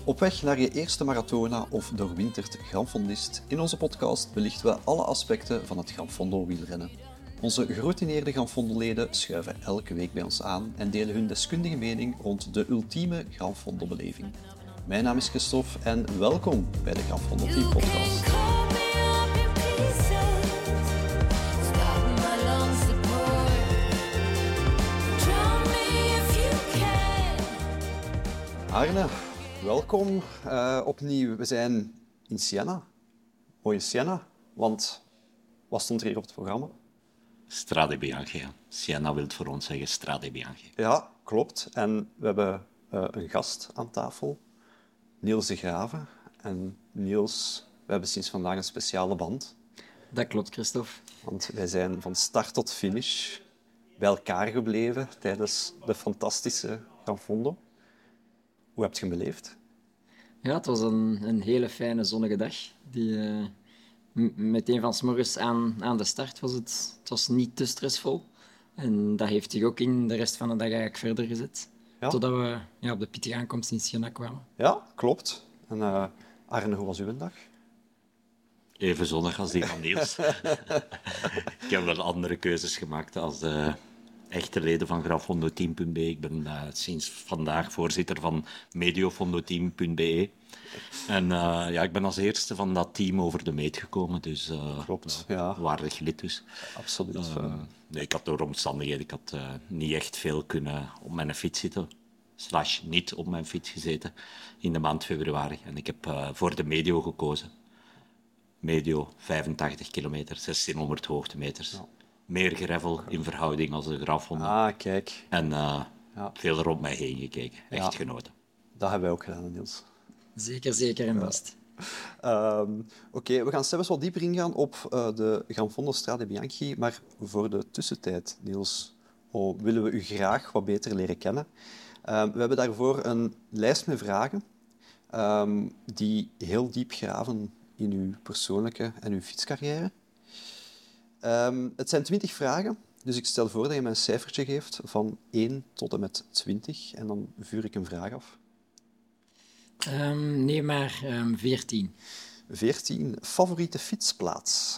Op weg naar je eerste marathona of doorwinterd granfondist, in onze podcast belichten we alle aspecten van het Granfondo wielrennen. Onze geroutineerde Granfondo-leden schuiven elke week bij ons aan en delen hun deskundige mening rond de ultieme Granfondo-beleving. Mijn naam is Christophe en welkom bij de Granfondo Team Podcast. Arne, welkom opnieuw. We zijn in Siena. Mooie Siena, want wat stond er hier op het programma? Strade Bianche. Siena wil voor ons zeggen Strade Bianche. Ja, klopt. En we hebben een gast aan tafel, Niels de Grave. En Niels, we hebben sinds vandaag een speciale band. Dat klopt, Christophe. Want wij zijn van start tot finish bij elkaar gebleven tijdens de fantastische Granfondo. Hoe heb je hem beleefd? Ja, het was een hele fijne zonnige dag. Meteen van 's morgens aan de start was het was niet te stressvol. En dat heeft zich ook in de rest van de dag eigenlijk verder gezet. Ja? Totdat we op de pittige aankomst in Siena kwamen. Ja, klopt. En Arne, hoe was uw dag? Even zonnig als die van Niels. Ik heb wel andere keuzes gemaakt als de echte leden van Granfondoteam.be. Ik ben sinds vandaag voorzitter van Mediofondoteam.be. En ik ben als eerste van dat team over de meet gekomen. Dus Klopt, ja. Waardig lid dus. Absoluut. Nee, ik had door omstandigheden, ik had niet echt veel kunnen op mijn fiets zitten. / niet op mijn fiets gezeten in de maand februari. En ik heb voor de Medio gekozen. Medio, 85 kilometer, 1600 hoogtemeters. Ja. Meer gravel in verhouding als de Granfondo. Ah, kijk. En veel er op mij heen gekeken. Echt genoten. Dat hebben wij ook gedaan, Niels. Zeker en vast. Oké, we gaan zelfs wat dieper ingaan op de Granfondo Strade Bianche. Maar voor de tussentijd, Niels, willen we u graag wat beter leren kennen. We hebben daarvoor een lijst met vragen die heel diep graven in uw persoonlijke en uw fietscarrière. Het zijn 20 vragen, dus ik stel voor dat je mij een cijfertje geeft van 1 tot en met 20 en dan vuur ik een vraag af. Nee, maar 14. 14. Favoriete fietsplaats?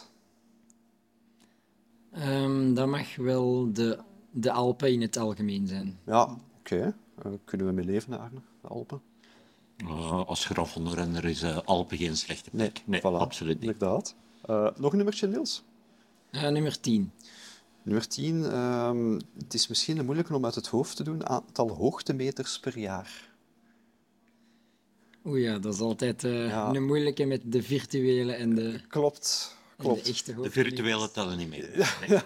Dat mag wel de Alpen in het algemeen zijn. Ja, oké. Kunnen we mee leven, Arne, de Alpen? Als Granfondo-renner is Alpen geen slechte plek. Nee, voilà, absoluut niet. Inderdaad. Nog een nummertje, Niels? Nummer 10. Nummer 10. Het is misschien moeilijk om uit het hoofd te doen. Aantal hoogtemeters per jaar. Oeh ja, dat is altijd een moeilijke met de virtuele en de... Klopt. En de echte De virtuele tellen niet mee. Nee.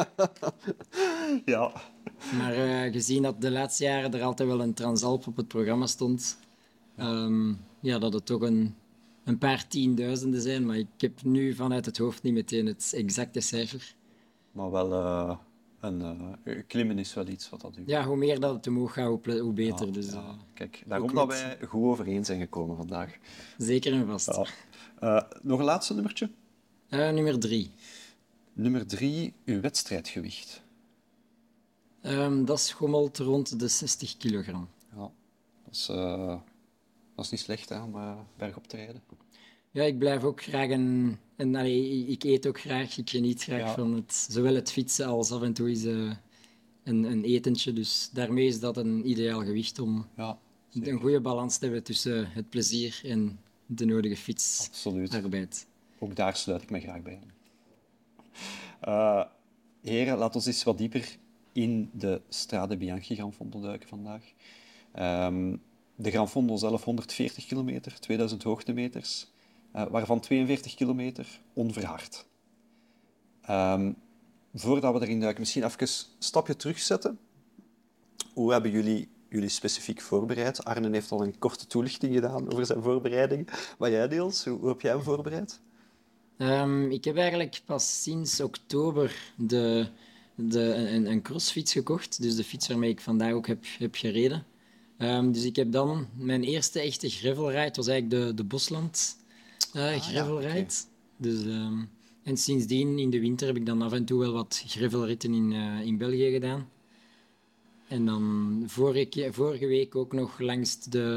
Ja. Maar gezien dat de laatste jaren er altijd wel een Transalp op het programma stond, dat het toch een paar tienduizenden zijn, maar ik heb nu vanuit het hoofd niet meteen het exacte cijfer. Maar wel klimmen is wel iets wat dat u... Ja, hoe meer dat het omhoog gaat, hoe beter. Ja, Dus, ja. Kijk, daarom dat wij goed overeen zijn gekomen vandaag. Zeker en vast. Ja. Nog een laatste nummertje? Nummer 3. Nummer 3, uw wedstrijdgewicht. Dat schommelt rond de 60 kilogram. Ja, dat is niet slecht hè, om bergop te rijden. Ja, ik blijf ook graag ik eet ook graag, ik geniet graag van zowel het fietsen als af en toe eens een etentje. Dus daarmee is dat een ideaal gewicht om een goede balans te hebben tussen het plezier en de nodige fietsarbeid. Ook daar sluit ik me graag bij. Heren, laten we eens wat dieper in de Strade Bianche Granfondo duiken vandaag. De Granfondo zelf 140 kilometer, 2000 hoogtemeters, waarvan 42 kilometer onverhard. Voordat we erin duiken, misschien even een stapje terugzetten. Hoe hebben jullie specifiek voorbereid? Arne heeft al een korte toelichting gedaan over zijn voorbereiding. Maar jij, Niels, hoe heb jij hem voorbereid? Ik heb eigenlijk pas sinds oktober een crossfiets gekocht. Dus de fiets waarmee ik vandaag ook heb gereden. Dus ik heb dan mijn eerste echte gravelride, was eigenlijk de Bosland gravelride. Okay. Dus, en sindsdien in de winter heb ik dan af en toe wel wat gravelritten in België gedaan. En dan vorige week ook nog langs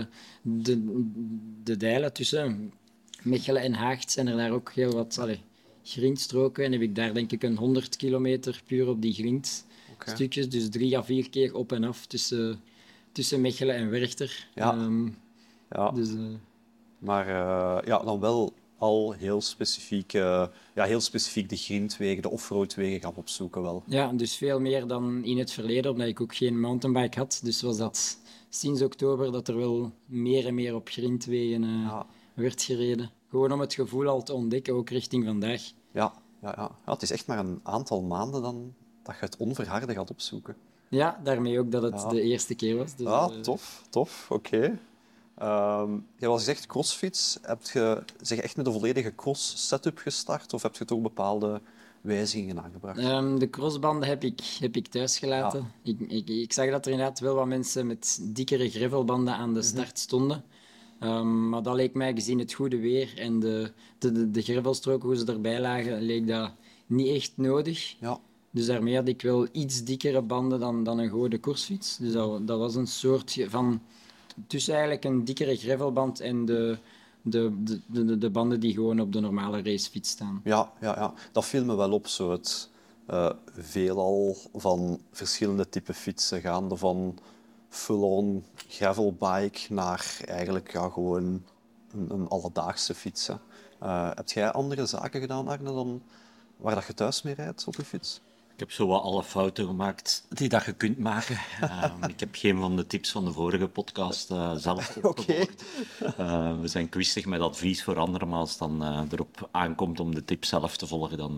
de dijlen tussen Mechelen en Haagt zijn er daar ook heel wat grindstroken. En heb ik daar denk ik een 100 kilometer puur op die grindstukjes. Dus 3 à 4 keer op en af tussen Mechelen en Werchter. Ja. Ja. Dus, Maar dan wel al heel specifiek, heel specifiek de grindwegen, de offroadwegen gaan opzoeken wel. ja, dus veel meer dan in het verleden, omdat ik ook geen mountainbike had. Dus was dat sinds oktober dat er wel meer en meer op grindwegen werd gereden. Gewoon om het gevoel al te ontdekken, ook richting vandaag. Ja, het is echt maar een aantal maanden dan dat je het onverharde gaat opzoeken. Ja, daarmee ook dat het de eerste keer was. Dus, tof, oké. Je was gezegd crossfit. Heb je zeg echt met een volledige cross-setup gestart of heb je toch bepaalde wijzigingen aangebracht? De crossbanden heb ik thuis gelaten. Ja. Ik zag dat er inderdaad wel wat mensen met dikkere gravelbanden aan de start stonden. Maar dat leek mij, gezien het goede weer en de gravelstroken, hoe ze erbij lagen, leek dat niet echt nodig. Ja. Dus daarmee had ik wel iets dikkere banden dan een gewone koersfiets. Dus dat was een soort van... Tussen eigenlijk een dikkere gravelband en de banden die gewoon op de normale racefiets staan. Ja. Dat viel me wel op, zo het veelal van verschillende typen fietsen, gaande van full-on gravelbike naar eigenlijk gewoon een alledaagse fiets. Heb jij andere zaken gedaan, Arne, dan waar dat je thuis mee rijdt op je fiets? Ik heb zo wat alle fouten gemaakt die dat je kunt maken. Ik heb geen van de tips van de vorige podcast zelf opgevolgd. We zijn kwistig met advies voor anderen, maar als het dan erop aankomt om de tips zelf te volgen, dan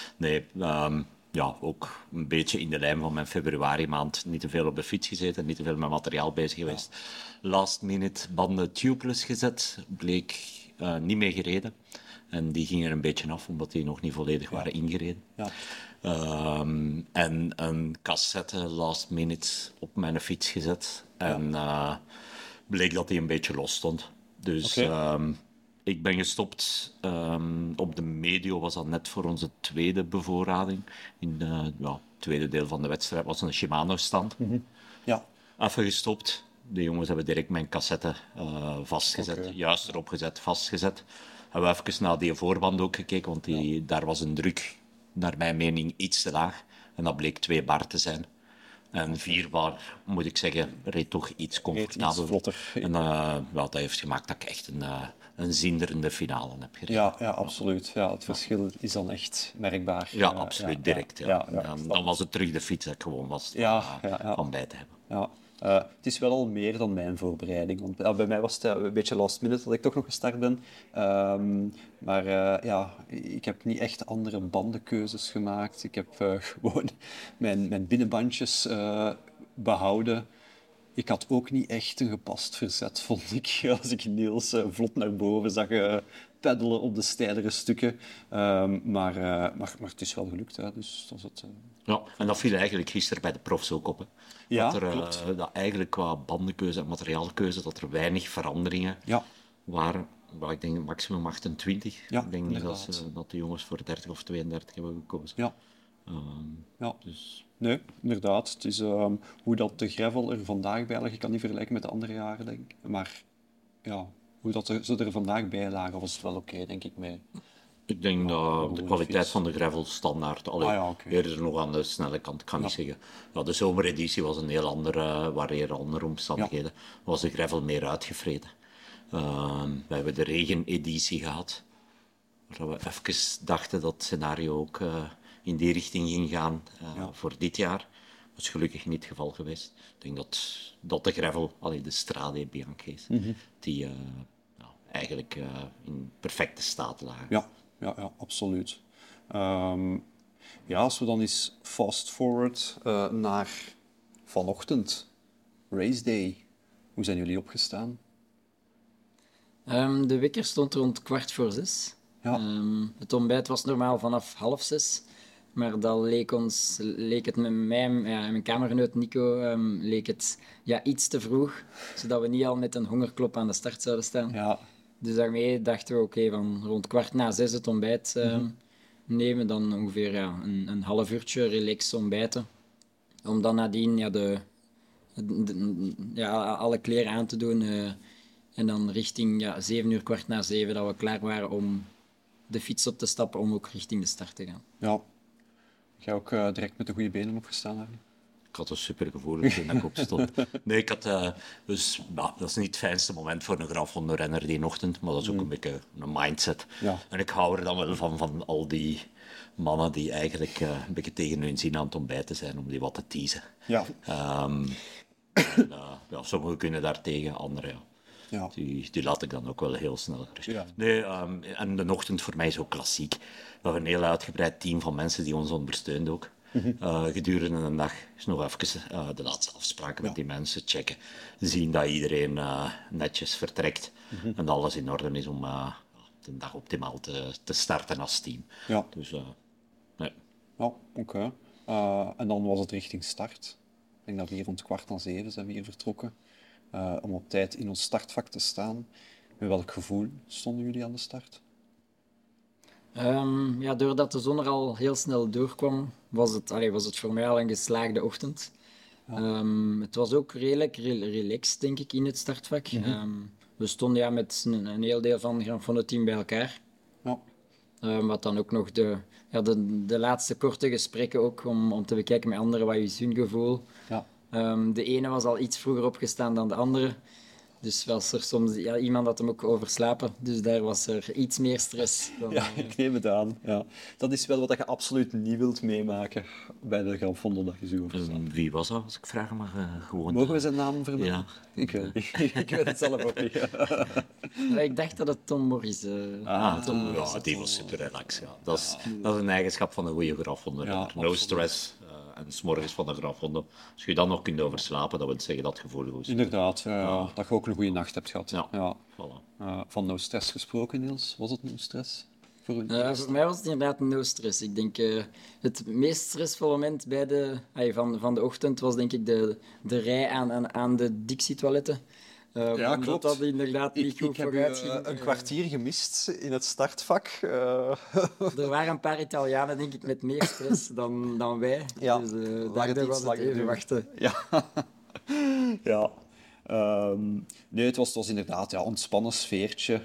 ook een beetje in de lijn van mijn februari maand. Niet te veel op de fiets gezeten, niet te veel met materiaal bezig geweest. Last minute banden tubeless gezet, bleek niet mee gereden. En die gingen er een beetje af, omdat die nog niet volledig waren ingereden. Ja. En een cassette last minute op mijn fiets gezet. En bleek dat die een beetje los stond. Dus ik ben gestopt. Op de medio was dat net voor onze tweede bevoorrading. In het tweede deel van de wedstrijd was een Shimano-stand. Mm-hmm. Ja. Even gestopt. De jongens hebben direct mijn cassette vastgezet. Juist erop gezet, vastgezet. Hebben we even naar die voorband ook gekeken, want daar was een druk, naar mijn mening, iets te laag. En dat bleek 2 bar te zijn. En 4 bar, moet ik zeggen, reed toch iets comfortabel. Iets vlotter. En dat heeft gemaakt dat ik echt een zinderende finale heb gereden. Ja, absoluut. Ja, het verschil is dan echt merkbaar. Ja, absoluut, direct. Dan was het terug de fiets dat ik gewoon was van bij te hebben. Ja. Het is wel al meer dan mijn voorbereiding. Want bij mij was het een beetje last minute dat ik toch nog gestart ben. Maar ik heb niet echt andere bandenkeuzes gemaakt. Ik heb gewoon mijn binnenbandjes behouden. Ik had ook niet echt een gepast verzet, vond ik. Als ik Niels vlot naar boven zag peddelen op de steilere stukken. Maar het is wel gelukt. Hè. Dus dat is het... Ja, en dat viel eigenlijk gisteren bij de profs ook op. Hè. Ja, klopt. Dat eigenlijk qua bandenkeuze en materiaalkeuze, dat er weinig veranderingen waren. Maar ik denk maximum 28. Ja, ik denk niet dat de jongens voor 30 of 32 hebben gekozen. Ja. Dus... Nee, inderdaad. Het is hoe dat de gravel er vandaag bij lag. Ik kan niet vergelijken met de andere jaren, denk ik. Maar ja, hoe dat ze er vandaag bij lagen, was het wel oké, denk ik, mee. Ik denk dat de kwaliteit van de gravel standaard eerder nog aan de snelle kant, ik kan niet zeggen. Ja, de zomereditie was een heel andere, waren heel andere omstandigheden. Was de gravel meer uitgevreden. We hebben de regeneditie gehad, waar we even dachten dat het scenario ook in die richting ging gaan voor dit jaar. Dat is gelukkig niet het geval geweest. Ik denk dat de gravel, de Strade Bianchi, die eigenlijk in perfecte staat lagen. Ja, absoluut. Als we dan eens fast forward naar vanochtend, race day. Hoe zijn jullie opgestaan? De wekker stond rond 5:15. Ja. Het ontbijt was normaal vanaf 5:30. Maar dat leek het met mij en mijn kamergenoot Nico leek het iets te vroeg. Zodat we niet al met een hongerklop aan de start zouden staan. Ja. Dus daarmee dachten we, van rond 5:15 het ontbijt nemen. Dan ongeveer een half uurtje relax ontbijten. Om dan nadien alle kleren aan te doen. En dan richting 7 uur, 6:15, dat we klaar waren om de fiets op te stappen om ook richting de start te gaan. Ja. Jij ook direct met de goede benen opgestaan, Harry? Ik had een super gevoel toen ik opstond. Nee, ik had... dus dat is niet het fijnste moment voor een grafhondenrenner die ochtend, maar dat is ook een beetje een mindset. Ja. En ik hou er dan wel van al die mannen die eigenlijk een beetje tegen hun zin aan het ontbijten zijn, om die wat te teasen. Ja. Sommigen kunnen daartegen, anderen Ja. Die laat ik dan ook wel heel snel rust. Ja. Nee, en de ochtend voor mij is ook klassiek. We hebben een heel uitgebreid team van mensen die ons ondersteunen ook. Gedurende een dag is nog even de laatste afspraken met die mensen checken. Zien dat iedereen netjes vertrekt en alles in orde is om de dag optimaal te starten als team. Ja. Dus, nee. Ja, oké. En dan was het richting start. Ik denk dat we hier rond 6:15 zijn we hier vertrokken. Om op tijd in ons startvak te staan. Met welk gevoel stonden jullie aan de start? Doordat de zon er al heel snel doorkwam, was het voor mij al een geslaagde ochtend. Het was ook redelijk relaxed, denk ik, in het startvak. We stonden met een heel deel van het team bij elkaar. Ja. Wat dan ook nog de laatste korte gesprekken ook, om te bekijken met anderen wat is hun gevoel. Ja. De ene was al iets vroeger opgestaan dan de andere. Dus was er soms iemand had hem ook overslapen. Dus daar was er iets meer stress. Ja, ik neem het aan. Ja. Dat is wel wat je absoluut niet wilt meemaken bij de Grafhonden dat je zo overstaat. Wie was dat, als ik vragen mag? Gewoon... Mogen we zijn naam vermelden? Ja. Ik weet het niet. Ik weet het zelf ook niet. Ik dacht dat het Tom Morris Ja, die was super relaxed. Ja. Dat is een eigenschap van een goede grafhonder. Ja, no absoluut. stress. En 's morgens van de grafhonden. Als je dan nog kunt overslapen, dat wil zeggen dat het gevoel goed is. Inderdaad, dat je ook een goede nacht hebt gehad. Ja. Voilà. Van no stress gesproken, Niels. Was het no stress voor u? Voor mij was het inderdaad no stress. Ik denk het meest stressvolle moment van de ochtend was denk ik de rij aan de Dixie-toiletten. Ja, omdat klopt. dat inderdaad niet goed Ik heb vooruit ging. een kwartier gemist in het startvak. Er waren een paar Italianen, denk ik, met meer stress dan wij. Ja, Dus waar daardoor het iets was het langer even duurde. wachten. Ja. Ja. Nee, het was inderdaad een ontspannen sfeertje.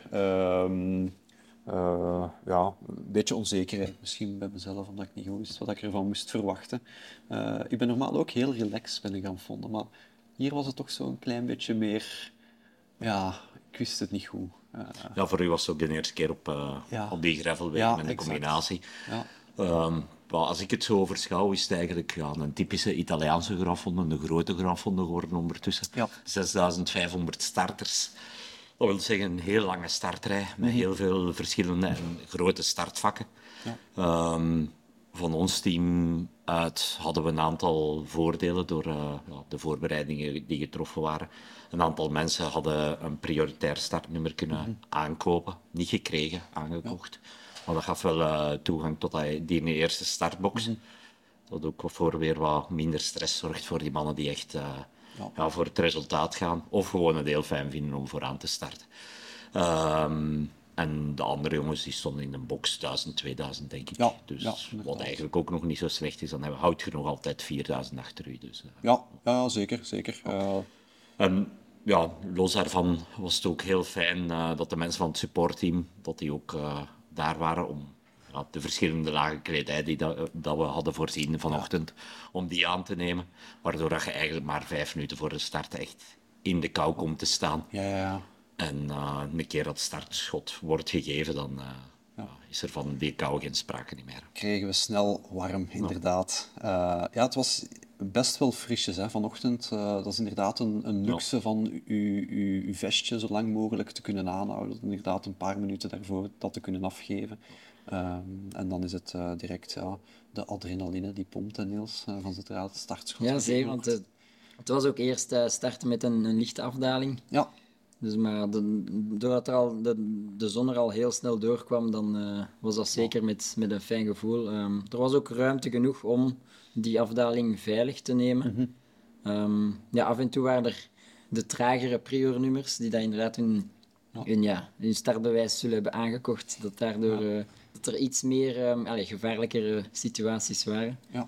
Een beetje onzekerheid misschien bij mezelf, omdat ik niet goed wist wat ik ervan moest verwachten. Ik ben normaal ook heel relaxed bij de Grafhonden, maar hier was het toch zo'n klein beetje meer... Ja, ik wist het niet goed. Ja, voor u was het ook de eerste keer op die gravelweg Ja, met een exact. combinatie. Ja. Maar als ik het zo overschouw, is het eigenlijk een typische Italiaanse grafhonde, een grote grafhonde geworden ondertussen. Ja. 6500 starters. Dat wil zeggen een heel lange startrij met heel veel verschillende en grote startvakken. Ja. Van ons team uit hadden we een aantal voordelen door de voorbereidingen die getroffen waren. Een aantal mensen hadden een prioritair startnummer kunnen aankopen. Niet gekregen, aangekocht. Maar dat gaf wel toegang tot die eerste startbox. Dat ook voor weer wat minder stress zorgt voor die mannen die echt voor het resultaat gaan. Of gewoon het heel fijn vinden om vooraan te starten. En de andere jongens die stonden in een box 1000, 2000 denk ik. Ja, Dus ja, wat inderdaad. eigenlijk ook nog niet zo slecht is, dan houdt je nog altijd 4000 achter u. Dus, Ja, zeker. en los daarvan was het ook heel fijn dat de mensen van het supportteam dat die ook daar waren om de verschillende lagen kledij die dat we hadden voorzien vanochtend, om die aan te nemen. Waardoor dat je eigenlijk maar 5 minuten voor de start echt in de kou komt te staan. Ja. En een keer dat startschot wordt gegeven, dan is er van die kou geen sprake niet meer. Kregen we snel warm, inderdaad. Het was best wel frisjes vanochtend. Dat is inderdaad een luxe van uw vestje zo lang mogelijk te kunnen aanhouden. Inderdaad een paar minuten daarvoor dat te kunnen afgeven. En dan is het direct de adrenaline die pompt, Niels, van zodra het startschot Ja, gegeven zeker, want wordt. het was ook eerst starten met een lichte afdaling. Ja, Dus, maar doordat er al de zon er al heel snel doorkwam, dan was dat zeker met een fijn gevoel. Er was ook ruimte genoeg om die afdaling veilig te nemen. Af en toe waren er de tragere priornummers die dat inderdaad hun startbewijs zullen hebben aangekocht. Dat daardoor dat er iets meer gevaarlijkere situaties waren. ja.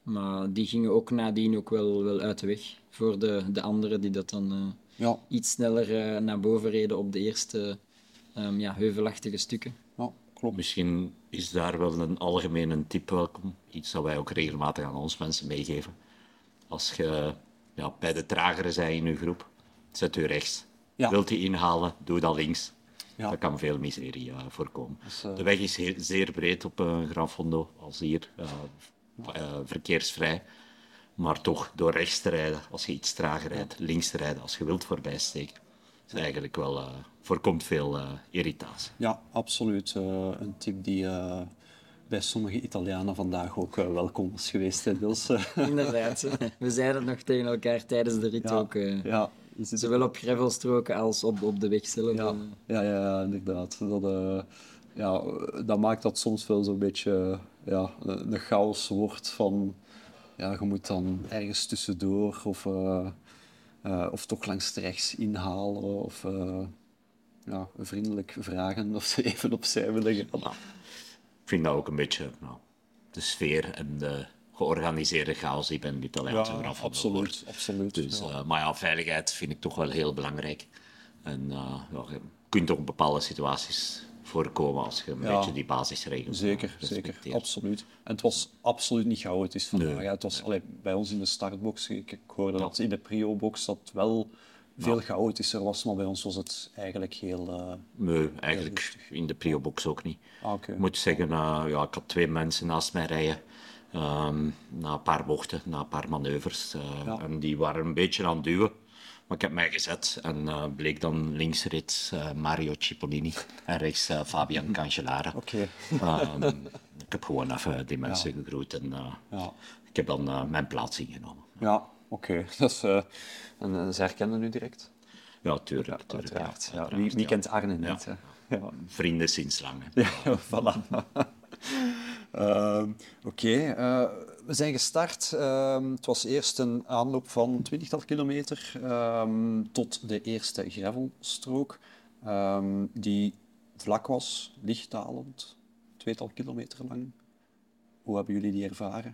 Maar die gingen ook nadien ook wel uit de weg voor de anderen die dat dan Ja, iets sneller naar boven reden op de eerste heuvelachtige stukken. ja, klopt. Misschien is daar wel een algemene tip welkom. Iets dat wij ook regelmatig aan ons mensen meegeven. Als je bij de tragere bent in je groep, zet u rechts. Ja. Wilt u inhalen, doe dat links. Ja. Dat kan veel miserie voorkomen. is, De weg is zeer breed op Gran Fondo, als hier, verkeersvrij. Maar toch, door rechts te rijden, als je iets trager rijdt, links te rijden, als je wilt voorbijsteken, is eigenlijk wel, voorkomt veel irritatie. Ja, absoluut. Een tip die bij sommige Italianen vandaag ook welkom is geweest, hè, Niels. Inderdaad. We zeiden het nog tegen elkaar tijdens de rit ook. Ja, je zit Zowel op gravelstroken als op de weg zelf. ja, inderdaad. Dat maakt dat soms wel zo'n beetje een chaos wordt van... Ja, je moet dan ergens tussendoor of toch langs rechts inhalen of vriendelijk vragen of ze even opzij willen gaan. Nou, ik vind dat ook een beetje de sfeer en de georganiseerde chaos die bij een Italiaanse Gran Fondo hoort. Absoluut. Dus, maar veiligheid vind ik toch wel heel belangrijk. En je kunt ook in bepaalde situaties voorkomen als je een beetje die basisregels Zeker, respecteert. absoluut. En het was absoluut niet chaotisch vandaag. Nee. Ja, het was, bij ons in de startbox, ik hoorde dat in de prio-box dat wel veel chaotischer was, maar bij ons was het eigenlijk heel... Nee, eigenlijk in de prio-box ook niet. Oké. Ik moet zeggen, ik had 2 mensen naast mij rijden. Na een paar bochten, na een paar manoeuvres. En die waren een beetje aan het duwen. Maar ik heb mij gezet en bleek dan links reed Mario Cipollini en rechts Fabian Cancellara. Oké. Ik heb gewoon even die mensen gegroet en ik heb dan mijn plaats ingenomen. Ja, oké. En ze herkennen u direct? Ja, tuurlijk. Uiteraard. Ja. Uiteraard, Wie kent Arne niet? Ja. Hè? Ja. Vrienden sinds lang. Ja, voilà. Oké, we zijn gestart. Het was eerst een aanloop van 20-tal kilometer tot de eerste gravelstrook, die vlak was, lichtdalend, 2-tal kilometer lang. Hoe hebben jullie die ervaren?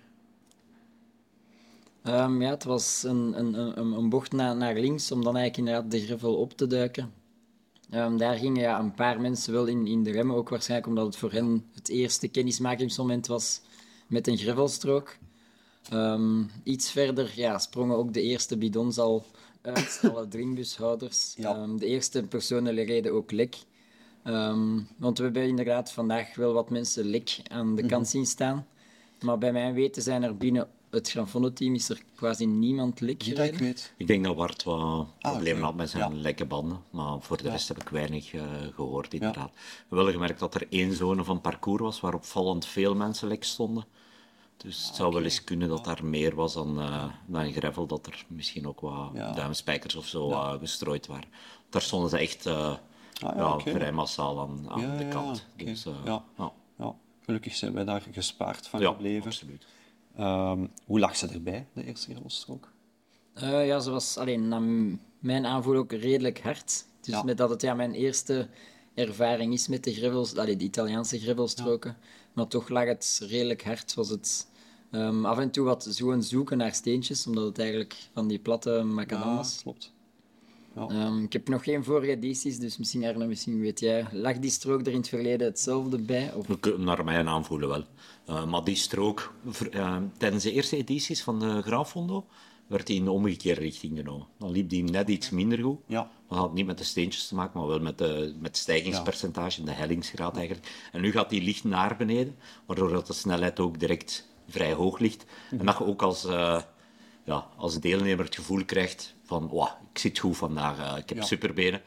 Het was een bocht naar links, om dan eigenlijk inderdaad de gravel op te duiken. Daar gingen een paar mensen wel in de remmen, ook waarschijnlijk omdat het voor hen het eerste kennismakingsmoment was met een gravelstrook. Iets verder sprongen ook de eerste bidons al uit, alle drinkbushouders. Ja. De eerste personen reden ook lek. Want we hebben inderdaad vandaag wel wat mensen lek aan de kant zien staan. Maar bij mijn weten zijn er binnen het Gran Fondo-team is er quasi niemand lek Niet dat ik gereden. weet. Ik denk dat Bart wat problemen oké. had met zijn lekke banden, maar voor de rest heb ik weinig gehoord, inderdaad. We hebben wel gemerkt dat er 1 zone van parcours was waar opvallend veel mensen lek stonden. Dus het zou wel eens kunnen dat daar meer was dan gravel, dat er misschien ook wat duimspijkers of zo gestrooid waren. Daar stonden ze echt vrij massaal aan de kant. Oké. Dus, Ja. Gelukkig zijn wij daar gespaard van ja, gebleven. absoluut. Hoe lag ze erbij, de eerste gravelstrook? Ze was alleen naar mijn aanvoel ook redelijk hard. Dus met dat het mijn eerste ervaring is met de gravels, de Italiaanse gravelstroken. Maar toch lag het redelijk hard. Was het af en toe wat zoeken naar steentjes, omdat het eigenlijk van die platte macadam was. Klopt. Ik heb nog geen vorige edities, dus misschien Arne, misschien weet jij. Lag die strook er in het verleden hetzelfde bij? Of? Naar mijn aanvoelen wel. Maar die strook, tijdens de eerste edities van de Gran Fondo, werd die in de omgekeerde richting genomen. Dan liep die net iets minder goed. Ja. Dat had niet met de steentjes te maken, maar wel met het stijgingspercentage, de hellingsgraad eigenlijk. En nu gaat die licht naar beneden, waardoor dat de snelheid ook direct vrij hoog ligt. En dat je ook als deelnemer het gevoel krijgt van, ik zit goed vandaag, ik heb superbenen.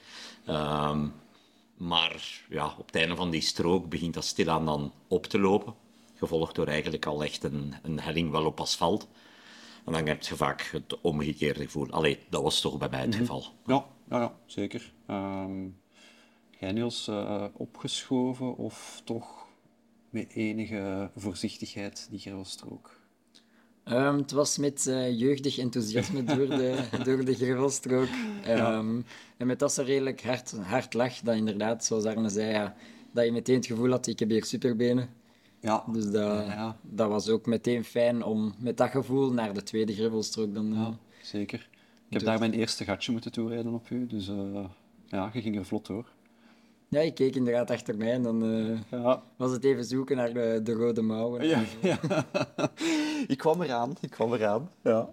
Maar op het einde van die strook begint dat stilaan dan op te lopen. Gevolgd door eigenlijk al echt een helling wel op asfalt. En dan heb je vaak het omgekeerde gevoel. Allee, dat was toch bij mij het geval. Ja, zeker. Jij, Niels, opgeschoven of toch met enige voorzichtigheid die gravelstrook? Het was met jeugdig enthousiasme door de gravelstrook. En met dat ze redelijk hard lag, dat inderdaad, zoals Arne zei, dat je meteen het gevoel had, ik heb hier superbenen. Ja. Dus Ja. dat was ook meteen fijn om met dat gevoel naar de tweede gravelstrook dan... Ja, zeker. Ik heb daar mijn eerste gatje moeten toerijden op u, dus ja, je ging er vlot door. Ja, ik keek inderdaad achter mij en dan Ja. was het even zoeken naar de rode mouwen. Ja. Ik kwam eraan. Ja.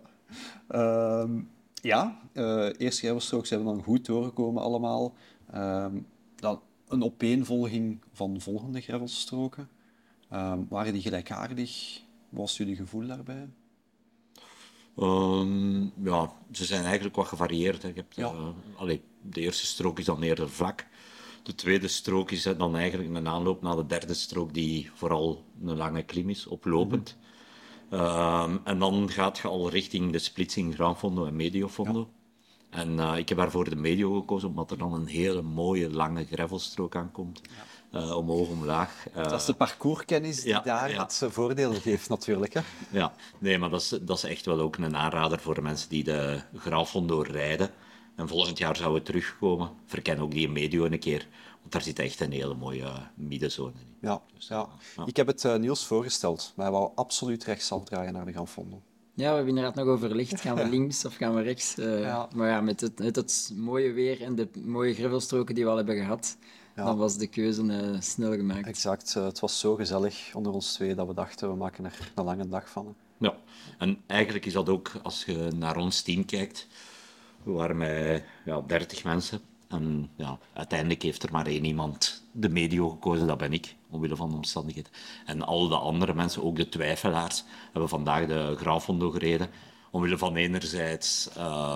Ja, eerste gravelstrook zijn we dan goed doorgekomen allemaal. Dan een opeenvolging van volgende gravelstroken. Waren die gelijkaardig? Wat was jullie gevoel daarbij? Ja, ze zijn eigenlijk wat gevarieerd. Hè. Je hebt, Ja. de eerste strook is dan eerder vlak. De tweede strook is dan eigenlijk een aanloop naar de derde strook, die vooral een lange klim is, oplopend. En dan gaat je al richting de splitsing Gran Fondo en Medio Fondo. En ik heb daarvoor de Medio gekozen, omdat er dan een hele mooie, lange gravelstrook aankomt. Omhoog, omlaag. Dat is de parcourskennis die ja, daar ja. het voordeel geeft, natuurlijk. Hè? Ja, nee, maar dat is echt wel ook een aanrader voor de mensen die de Gran Fondo rijden. En volgend jaar zou het terugkomen. Verken ook die Medio een keer, want daar zit echt een hele mooie middenzone in. Ja, ja. Ik heb het Niels voorgesteld, maar hij wou absoluut rechtsaf draaien naar de Gran Fondo. Ja, we hebben inderdaad nog overlegd. Gaan we links of gaan we rechts? Ja. Maar ja, met het mooie weer en de mooie gravelstroken die we al hebben gehad, dan was de keuze snel gemaakt. Exact. Het was zo gezellig onder ons twee dat we dachten, we maken er een lange dag van. Hè. Ja, en eigenlijk is dat ook, als je naar ons team kijkt, we waren met 30 mensen. En ja, uiteindelijk heeft er maar één iemand de Medio gekozen, dat ben ik, omwille van de omstandigheden. En al de andere mensen, ook de twijfelaars, hebben vandaag de Gran Fondo gereden. Omwille van enerzijds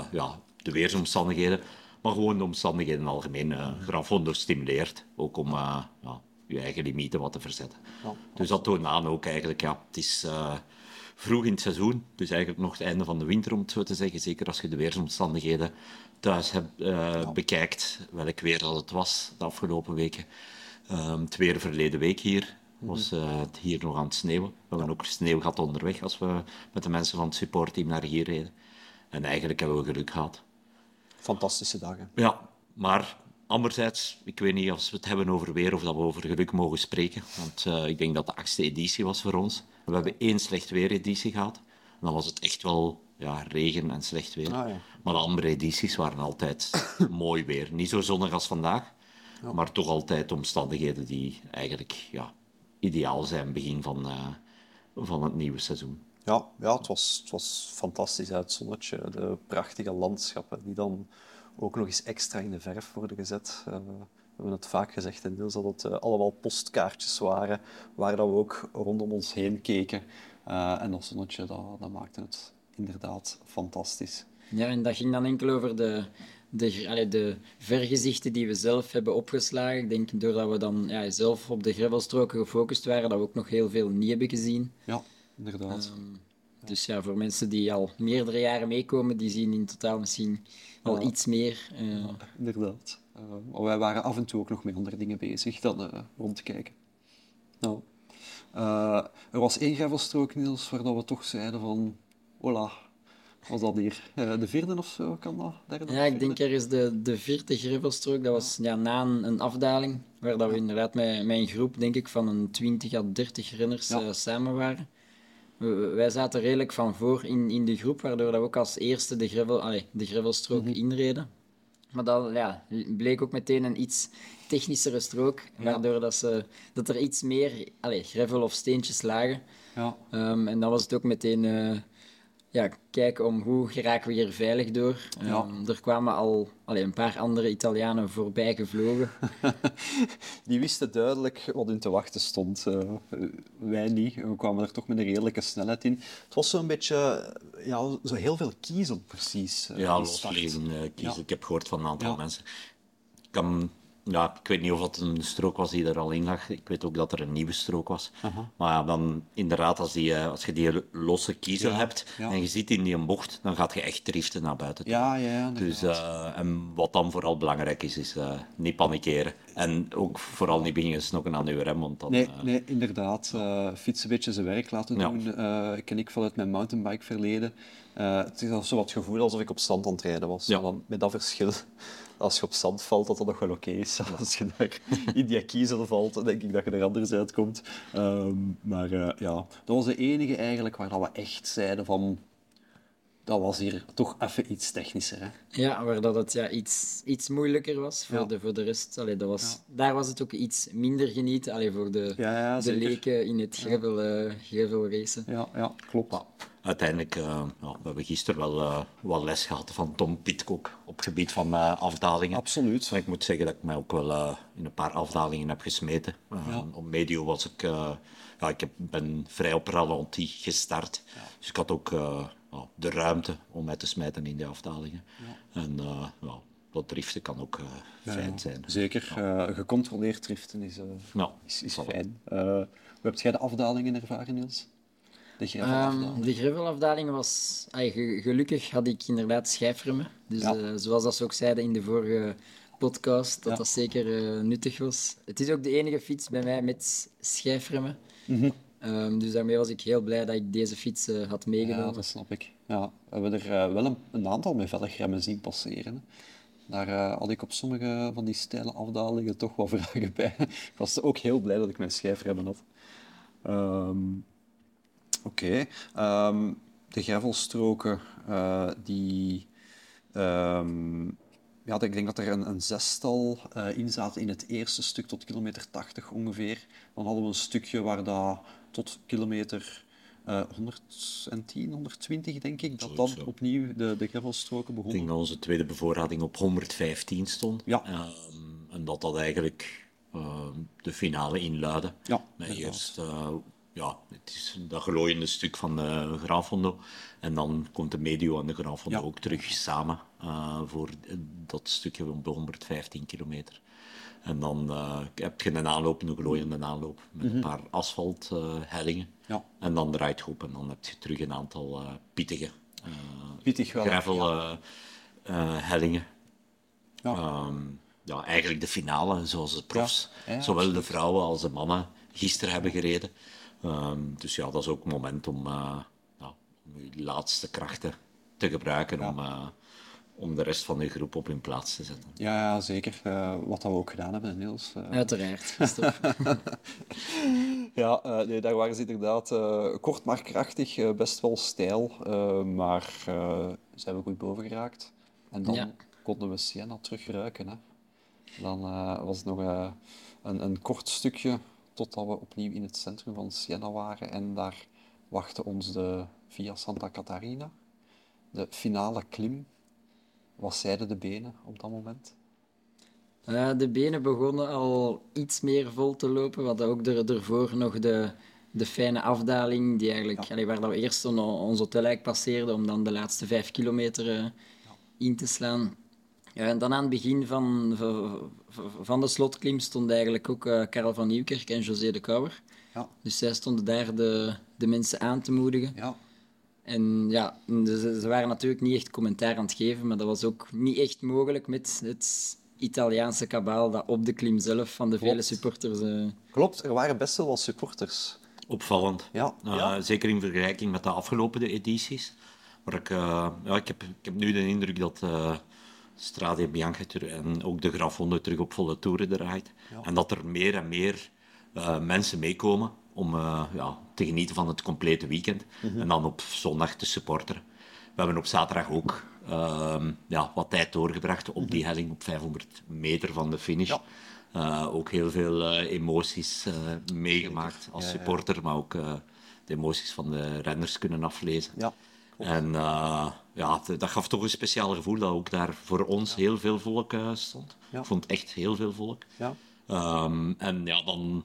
de weersomstandigheden, maar gewoon de omstandigheden in het algemeen. Gran Fondo stimuleert, ook om je eigen limieten wat te verzetten. Ja, Dus dat toont aan ook eigenlijk, het is vroeg in het seizoen, dus eigenlijk nog het einde van de winter om het zo te zeggen. Zeker als je de weersomstandigheden thuis bekijkt, welk weer dat het was de afgelopen weken. Het weer verleden week hier was het hier nog aan het sneeuwen. We hebben ook sneeuw gehad onderweg als we met de mensen van het supportteam naar hier reden. En eigenlijk hebben we geluk gehad. Fantastische dagen. Ja, maar anderzijds, ik weet niet als we het hebben over weer of dat we over geluk mogen spreken. Want ik denk dat de 8e editie was voor ons. We hebben 1 slecht weer-editie gehad. En dan was het echt wel regen en slecht weer. Ah, ja. Maar de andere edities waren altijd mooi weer. Niet zo zonnig als vandaag, maar toch altijd omstandigheden die eigenlijk ideaal zijn begin van het nieuwe seizoen. Ja, het was fantastisch, hè, het zonnetje, de prachtige landschappen die dan ook nog eens extra in de verf worden gezet. We hebben het vaak gezegd in Niels dat het allemaal postkaartjes waren waar dat we ook rondom ons heen keken. En dat zonnetje, dat maakte het inderdaad fantastisch. Ja, en dat ging dan enkel over de vergezichten die we zelf hebben opgeslagen. Ik denk doordat we dan zelf op de gravelstroken gefocust waren, dat we ook nog heel veel niet hebben gezien. Ja, inderdaad. Dus ja, voor mensen die al meerdere jaren meekomen, die zien in totaal misschien wel iets meer. Inderdaad. Maar wij waren af en toe ook nog met andere dingen bezig dan rond te kijken. Nou, er was 1 gravelstrook, Niels, waar dat we toch zeiden van... Hola, was dat hier de 4e of zo? Kan dat? Derde Ja, of ik denk ergens de 4e gravelstrook. Dat was na een afdaling, waar dat we inderdaad met een groep, denk ik, van een 20 à 30 renners samen waren. Wij zaten redelijk van voor in de groep, waardoor dat we ook als eerste de gravelstrook inreden. Maar dat bleek ook meteen een iets technischere strook, waardoor dat er iets meer gravel of steentjes lagen. Ja. En dan was het ook meteen kijken om hoe geraken we hier veilig door. Er kwamen al een paar andere Italianen voorbij gevlogen. Die wisten duidelijk wat hun te wachten stond. Wij niet. We kwamen er toch met een redelijke snelheid in. Het was zo'n beetje... zo heel veel kiezen, precies. Loslezen, kiezen. Ik heb gehoord van een aantal mensen. Ik weet niet of het een strook was die er al in lag. Ik weet ook dat er een nieuwe strook was. Maar dan inderdaad, als je die losse kiezel hebt en je zit in die bocht, dan gaat je echt driften naar buiten toe. Ja, Dus, en wat dan vooral belangrijk is niet panikeren. En ook vooral niet beginnen snokken aan je rem. Want dan, Nee, inderdaad. Fiets een beetje zijn werk laten doen. Ken ik vanuit mijn mountainbike verleden. Het is zo wat het gevoel alsof ik op zand aan het rijden was. Ja. Maar dan met dat verschil, als je op zand valt, dat nog wel oké is. Als je daar in die kiezel valt, denk ik dat je er anders uitkomt. Maar ja, dat was de enige eigenlijk waar dat we echt zeiden van... Dat was hier toch even iets technischer. Hè? Ja, waar dat het iets moeilijker was voor, Ja. voor de rest. Allee, daar was het ook iets minder genieten. Allee, voor de zeker. leken in het gravel racen. Ja, klopt. Uiteindelijk, we hebben gisteren wel les gehad van Tom Pidcock op het gebied van afdalingen. Absoluut. Maar ik moet zeggen dat ik mij ook wel in een paar afdalingen heb gesmeten. Op medio was ik... ben vrij op ralenti gestart. Dus ik had ook de ruimte om mij te smijten in die afdalingen. En dat driften kan ook fijn zijn. Zeker. Gecontroleerd driften is fijn. Hoe heb jij de afdalingen ervaren, Niels? De gravelafdaling? De gravelafdaling was... gelukkig had ik inderdaad schijfremmen. Dus zoals dat ze ook zeiden in de vorige podcast, dat zeker nuttig was. Het is ook de enige fiets bij mij met schijfremmen. Dus daarmee was ik heel blij dat ik deze fiets had meegenomen. Ja, dat snap ik. Ja, we hebben er wel een aantal met velgremmen zien passeren. Hè. Daar had ik op sommige van die steile afdalingen toch wel vragen bij. Ik was ook heel blij dat ik mijn schijfremmen had. Oké. De gravelstroken, ik denk dat er een zestal in zaten in het eerste stuk tot kilometer 80 ongeveer. Dan hadden we een stukje waar dat tot kilometer 110, 120 denk ik, dat dan opnieuw de gravelstroken Ik begonnen. denk dat onze tweede bevoorrading op 115 stond. Ja. En dat eigenlijk de finale inluidde. Ja, Met inderdaad. eerst het is dat glooiende stuk van de Gran Fondo. En dan komt de Medio en de Gran Fondo ook terug samen voor dat stukje op de 115 kilometer. En dan heb je een aanloop, een glooiende aanloop met een paar asfalthellingen. Ja. En dan draait je op en dan heb je terug een aantal pittige Pittig wel. gravel-hellingen. Eigenlijk de finale, zoals de profs, zowel de vrouwen als de mannen, gisteren hebben gereden. Dus dat is ook een moment om je laatste krachten te gebruiken om de rest van de groep op hun plaats te zetten. Ja, zeker. Wat dat we ook gedaan hebben, Niels. Uiteraard. Daar waren ze inderdaad kort maar krachtig, best wel steil, maar zijn we goed boven geraakt. En dan konden we Siena terug ruiken. Hè. Dan was het nog een kort stukje totdat we opnieuw in het centrum van Siena waren. En daar wachtte ons de Via Santa Catarina, de finale klim. Wat zeiden de benen op dat moment? De benen begonnen al iets meer vol te lopen. We hadden ook ervoor nog de fijne afdaling, die eigenlijk, waar we eerst ons hotel eigenlijk passeerden, om dan de laatste 5 kilometer in te slaan. En dan aan het begin van de slotklim stonden eigenlijk ook Karel van Nieuwkerk en José de Kouwer. Ja. Dus zij stonden daar de mensen aan te moedigen. Ja. En ze waren natuurlijk niet echt commentaar aan het geven, maar dat was ook niet echt mogelijk met het Italiaanse kabaal dat op de klim zelf van de vele supporters... Klopt, er waren best wel wat supporters. Opvallend. Ja. Zeker in vergelijking met de afgelopen edities. Maar ik heb nu de indruk dat Strade Bianche en ook de Gran Fondo terug op volle toeren draait. Ja. En dat er meer en meer mensen meekomen om te genieten van het complete weekend. En dan op zondag te supporteren. We hebben op zaterdag ook wat tijd doorgebracht op die helling op 500 meter van de finish. Ja. Ook heel veel emoties meegemaakt als supporter, maar ook de emoties van de renners kunnen aflezen. Ja. En dat gaf toch een speciaal gevoel dat ook daar voor ons heel veel volk stond. Ja. Ik vond echt heel veel volk. Ja. Dan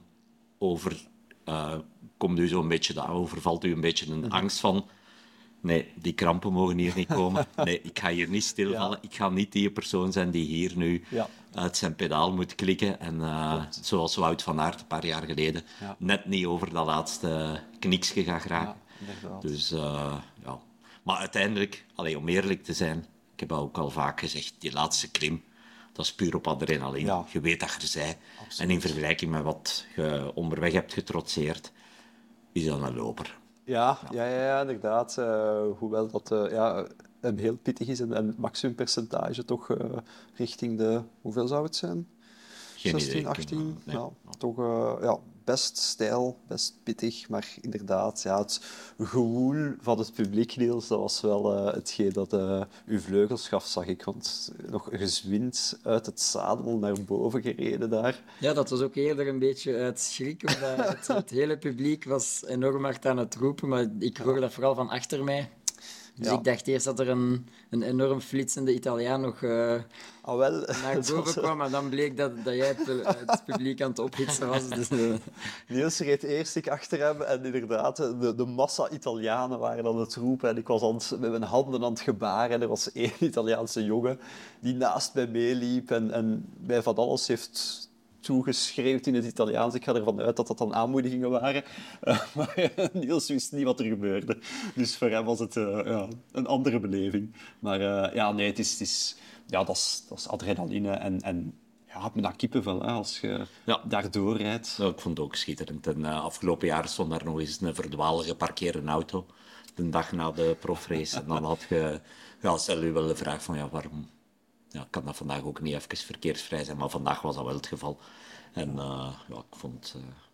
overvalt u een beetje een angst van... Nee, die krampen mogen hier niet komen. Nee, ik ga hier niet stilvallen. Ik ga niet die persoon zijn die hier nu uit zijn pedaal moet klikken. En zoals Wout van Aert een paar jaar geleden net niet over dat laatste kniksje gaat geraken. Ja, dus Maar uiteindelijk, om eerlijk te zijn, ik heb ook al vaak gezegd, die laatste klim, dat is puur op adrenaline. Ja. Je weet dat je er zij. En in vergelijking met wat je onderweg hebt getrotseerd, is dat een loper. Ja, inderdaad. Hoewel dat een heel pittig is en het maximumpercentage toch richting de... Hoeveel zou het zijn? Geen 16, idee. 18? Nee. Ja, toch best stijl, best pittig. Maar inderdaad, het gewoel van het publiek, Niels, dat was wel hetgeen dat uw vleugels gaf, zag ik. Want nog gezwind uit het zadel naar boven gereden daar. Ja, dat was ook eerder een beetje uit schrik, omdat het hele publiek was enorm hard aan het roepen, maar ik hoorde dat vooral van achter mij. Dus ik dacht eerst dat er een enorm flitsende Italiaan nog Wel, naar boven kwam, maar dan bleek dat jij het publiek aan het ophitsen was. Dus, Niels reed eerst, ik achter hem, en inderdaad, de massa Italianen waren aan het roepen. En ik was met mijn handen aan het gebaren. En er was één Italiaanse jongen die naast mij meeliep en mij van alles heeft toegeschreeuwd in het Italiaans. Ik ga ervan uit dat dat dan aanmoedigingen waren. Maar Niels wist niet wat er gebeurde. Dus voor hem was het een andere beleving. Maar nee, het is dat is adrenaline en met dat kippenvel als je daardoor rijdt. Ja, ik vond het ook schitterend. En afgelopen jaar stond daar nog eens een verdwalen geparkeerde auto. De dag na de profrace. En dan had je... Ja, stel je wel de vraag van, waarom... Ja, kan dat vandaag ook niet even verkeersvrij zijn, maar vandaag was dat wel het geval. En ik vond...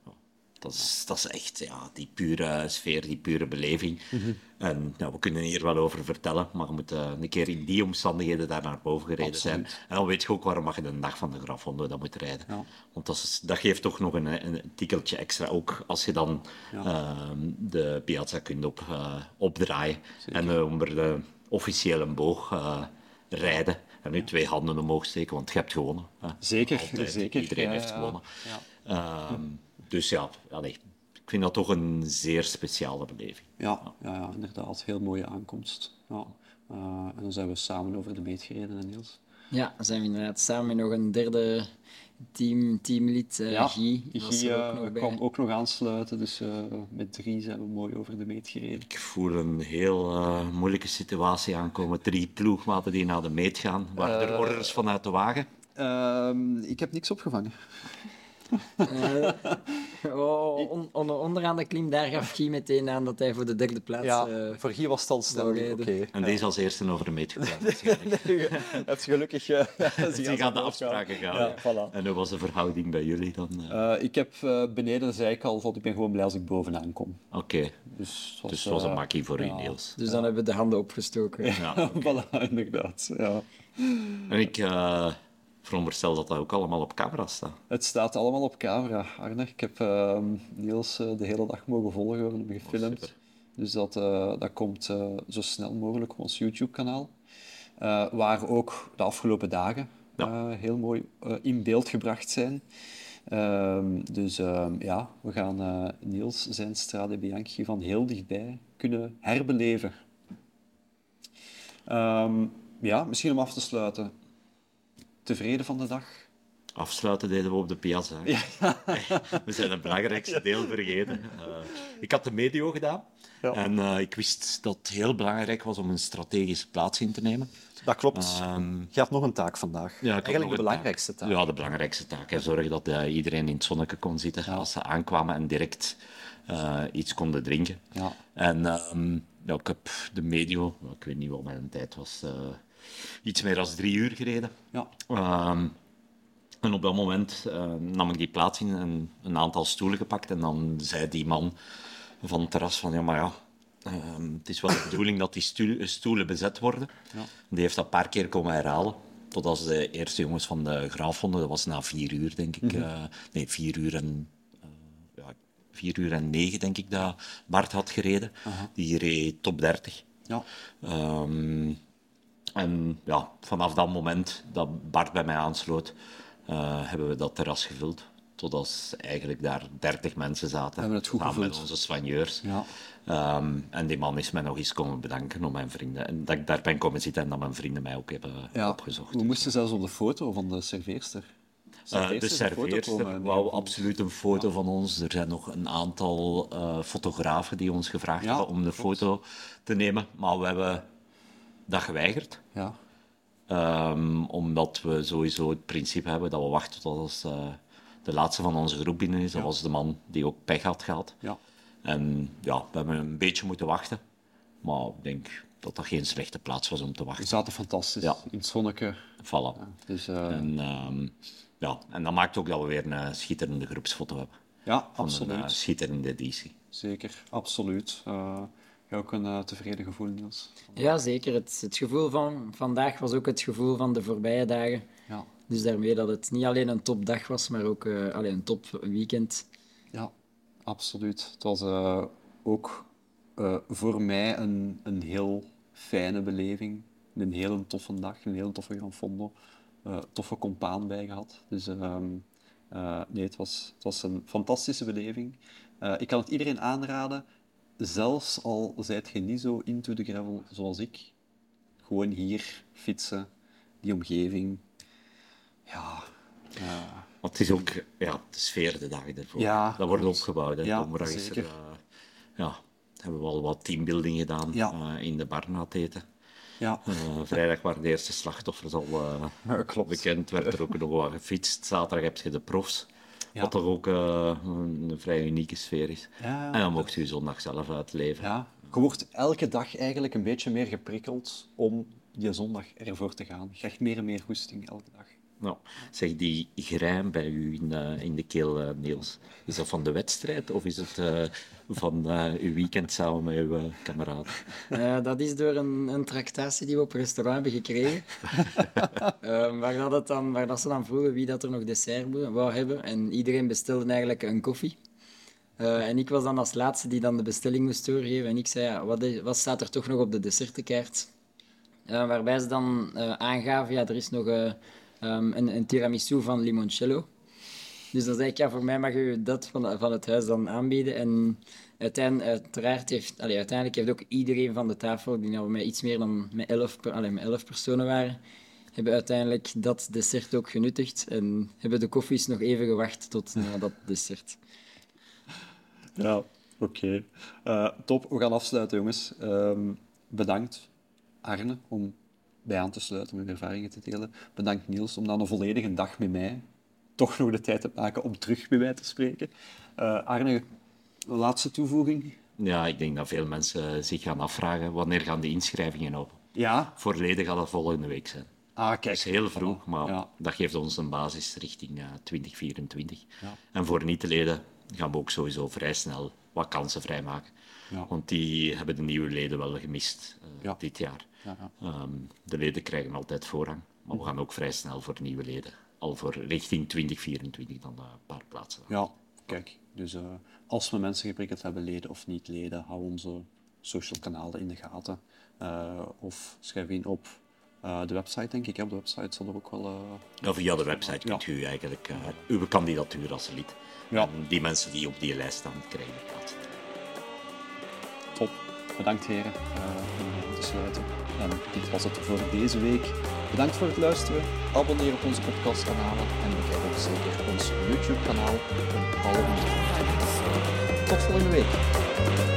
dat is echt die pure sfeer, die pure beleving. Mm-hmm. En we kunnen hier wel over vertellen, maar je moet een keer in die omstandigheden daar naar boven gereden zijn. En dan weet je ook waarom je de dag van de Grafhondo dat moet rijden. Ja. Want dat geeft toch nog een tikkeltje extra, ook als je dan de Piazza kunt opdraaien. Zeker. En onder de officiële boog rijden. En nu 2 handen omhoog steken, want je hebt gewonnen. Zeker. Iedereen heeft gewonnen. Dus ik vind dat toch een zeer speciale beleving. Ja, inderdaad. Heel mooie aankomst. Ja. En dan zijn we samen over de meet gereden, hè, Niels? Ja, dan zijn we inderdaad samen met nog een derde teamlid, Guy. Guy kwam ook nog aansluiten, dus met 3 zijn we mooi over de meet gereden. Ik voel een heel moeilijke situatie aankomen. 3 ploegmaten die naar de meet gaan. Waren er orders vanuit de wagen? Ik heb niks opgevangen. Onderaan de klim, daar gaf Guy meteen aan dat hij voor de 3e plaats... voor Guy was het al snel. Okay. En deze als eerste over de meet gegaan. Je hebt gelukkig... die gaan de afspraken gaan. Ja, voilà. En hoe was de verhouding bij jullie dan? Ik heb beneden, zei ik al, ik ben gewoon blij als ik bovenaan kom. Oké. Dus het was een makkie voor u, Niels. Dus dan hebben we de handen opgestoken. Ja, voilà, inderdaad. Ja. En ik... veronderstel dat dat ook allemaal op camera staat. Het staat allemaal op camera, Arne. Ik heb Niels de hele dag mogen volgen, we hebben gefilmd. Dus dat komt zo snel mogelijk op ons YouTube-kanaal. Waar ook de afgelopen dagen heel mooi in beeld gebracht zijn. We gaan Niels zijn Strade Bianchi van heel dichtbij kunnen herbeleven. Misschien om af te sluiten. Tevreden van de dag? Afsluiten deden we op de Piazza. Ja. We zijn het belangrijkste deel vergeten. Ik had de medio gedaan. Ja. En ik wist dat het heel belangrijk was om een strategische plaats in te nemen. Dat klopt. Je had nog een taak vandaag. Ja, eigenlijk de belangrijkste taak. Ja, de belangrijkste taak. Zorgen dat iedereen in het zonnetje kon zitten als ze aankwamen en direct iets konden drinken. Ja. En ik heb de medio, ik weet niet wat mijn tijd was... iets meer dan 3 uur gereden. Ja. En op dat moment nam ik die plaats in en een aantal stoelen gepakt. En dan zei die man van het terras van... het is wel de bedoeling dat die stoelen bezet worden. Ja. Die heeft dat een paar keer komen herhalen. Tot als de eerste jongens van de Grafhondo, dat was na 4 uur, denk ik. 4 uur en... 4 uur en 9, denk ik, dat Bart had gereden. Die reed top 30. Ja. En vanaf dat moment dat Bart bij mij aansloot, hebben we dat terras gevuld. Totdat eigenlijk daar 30 mensen zaten. Hebben het goed samen gevuld. Met onze soigneurs. Ja. En die man is mij nog eens komen bedanken om mijn vrienden. En dat ik daar ben komen zitten en dat mijn vrienden mij ook hebben opgezocht. We moesten zelfs op de foto van de serveerster. De serveerster wou absoluut een foto van ons. Er zijn nog een aantal fotografen die ons gevraagd hebben om de foto te nemen. Maar we hebben dat geweigerd. Ja. Omdat we sowieso het principe hebben dat we wachten tot als de laatste van onze groep binnen is. Dat was de man die ook pech had gehad. Ja. En ja, we hebben een beetje moeten wachten. Maar ik denk dat dat geen slechte plaats was om te We wachten. zaten fantastisch in het zonneke. Voilà. Dus, En dat maakt ook dat we weer een schitterende groepsfoto hebben. ja, Van absoluut. een schitterende editie. Zeker, absoluut. Je ook een tevreden gevoel, Niels? Ja, zeker. Het gevoel van vandaag was ook het gevoel van de voorbije dagen. Ja, Dus daarmee dat het niet alleen een topdag was, maar ook een topweekend. ja, absoluut. Het was ook voor mij een heel fijne beleving. Een hele toffe dag, een hele toffe Gran Fondo. Toffe compaan bij gehad. Dus nee, het was een fantastische beleving. Ik kan het iedereen aanraden, zelfs al zijt je niet zo into the gravel zoals ik. Gewoon hier fietsen, die omgeving. Ja, Maar het is ook de sfeer de dagen ervoor. Ja, dat wordt klopt. opgebouwd. Hè. Ja, Donderdag is er, zeker. hebben we al wat teambuilding gedaan Ja. in de bar na het eten. ja. Vrijdag waren de eerste slachtoffers al Klopt. bekend. Werd er ook nog wat gefietst. Zaterdag heb je de profs. Ja. Wat toch ook een vrij unieke sfeer is. Ja, En dan mocht je zondag zelf uitleven. Ja, je wordt elke dag eigenlijk een beetje meer geprikkeld om die zondag ervoor te gaan. Je krijgt meer en meer goesting elke dag. Nou, zeg, die grijm bij u in de keel, Niels, is dat van de wedstrijd of is het van uw weekend samen met uw kameraden? Dat is door een tractatie die we op restaurant hebben gekregen. Waar dat ze dan vroegen wie dat er nog dessert wou hebben. En iedereen bestelde eigenlijk een koffie. En ik was dan als laatste die dan de bestelling moest doorgeven. En ik zei, ja, wat staat er toch nog op de dessertenkaart? Waarbij ze dan aangaven, ja, er is nog een tiramisu van limoncello. Dus dan zei ik, ja, voor mij mag u dat van het huis dan aanbieden. En uiteindelijk heeft ook iedereen van de tafel, die nou met iets meer dan met 11 personen waren, hebben uiteindelijk dat dessert ook genuttigd. En hebben de koffies nog even gewacht tot na dat dessert. Ja, oké. Top, we gaan afsluiten, jongens. Bedankt, Arne, om bij aan te sluiten, om uw ervaringen te delen. Bedankt, Niels, om dan een volledige dag met mij toch nog de tijd te maken om terug met mij te spreken. Arne, laatste toevoeging? Ja, ik denk dat veel mensen zich gaan afvragen, wanneer gaan de inschrijvingen open? Ja. Voor leden gaat dat volgende week zijn. Ah, kijk. Dat is heel vroeg, maar Ja. dat geeft ons een basis richting 2024. Ja. En voor niet-leden gaan we ook sowieso vrij snel wat kansen vrijmaken. Ja. Want die hebben de nieuwe leden wel gemist Ja. dit jaar. Ja. De leden krijgen altijd voorrang, maar we gaan ook vrij snel voor nieuwe leden. Al voor richting 2024 dan een paar plaatsen. Ja, kijk. Dus als we mensen geprikkeld hebben, leden of niet leden, hou onze social kanalen in de gaten. Of schrijf in op de website, denk ik. Op de website zal er ook wel... Ja, via de website kunt u eigenlijk uw kandidatuur als lid. Ja. En die mensen die op die lijst staan, krijgen een plaats. Top. Bedankt, heren, om te sluiten. En dit was het voor deze week. Bedankt voor het luisteren. Abonneer op onze podcastkanalen en bekijk ook zeker ons YouTube-kanaal om alle onze... Tot volgende week.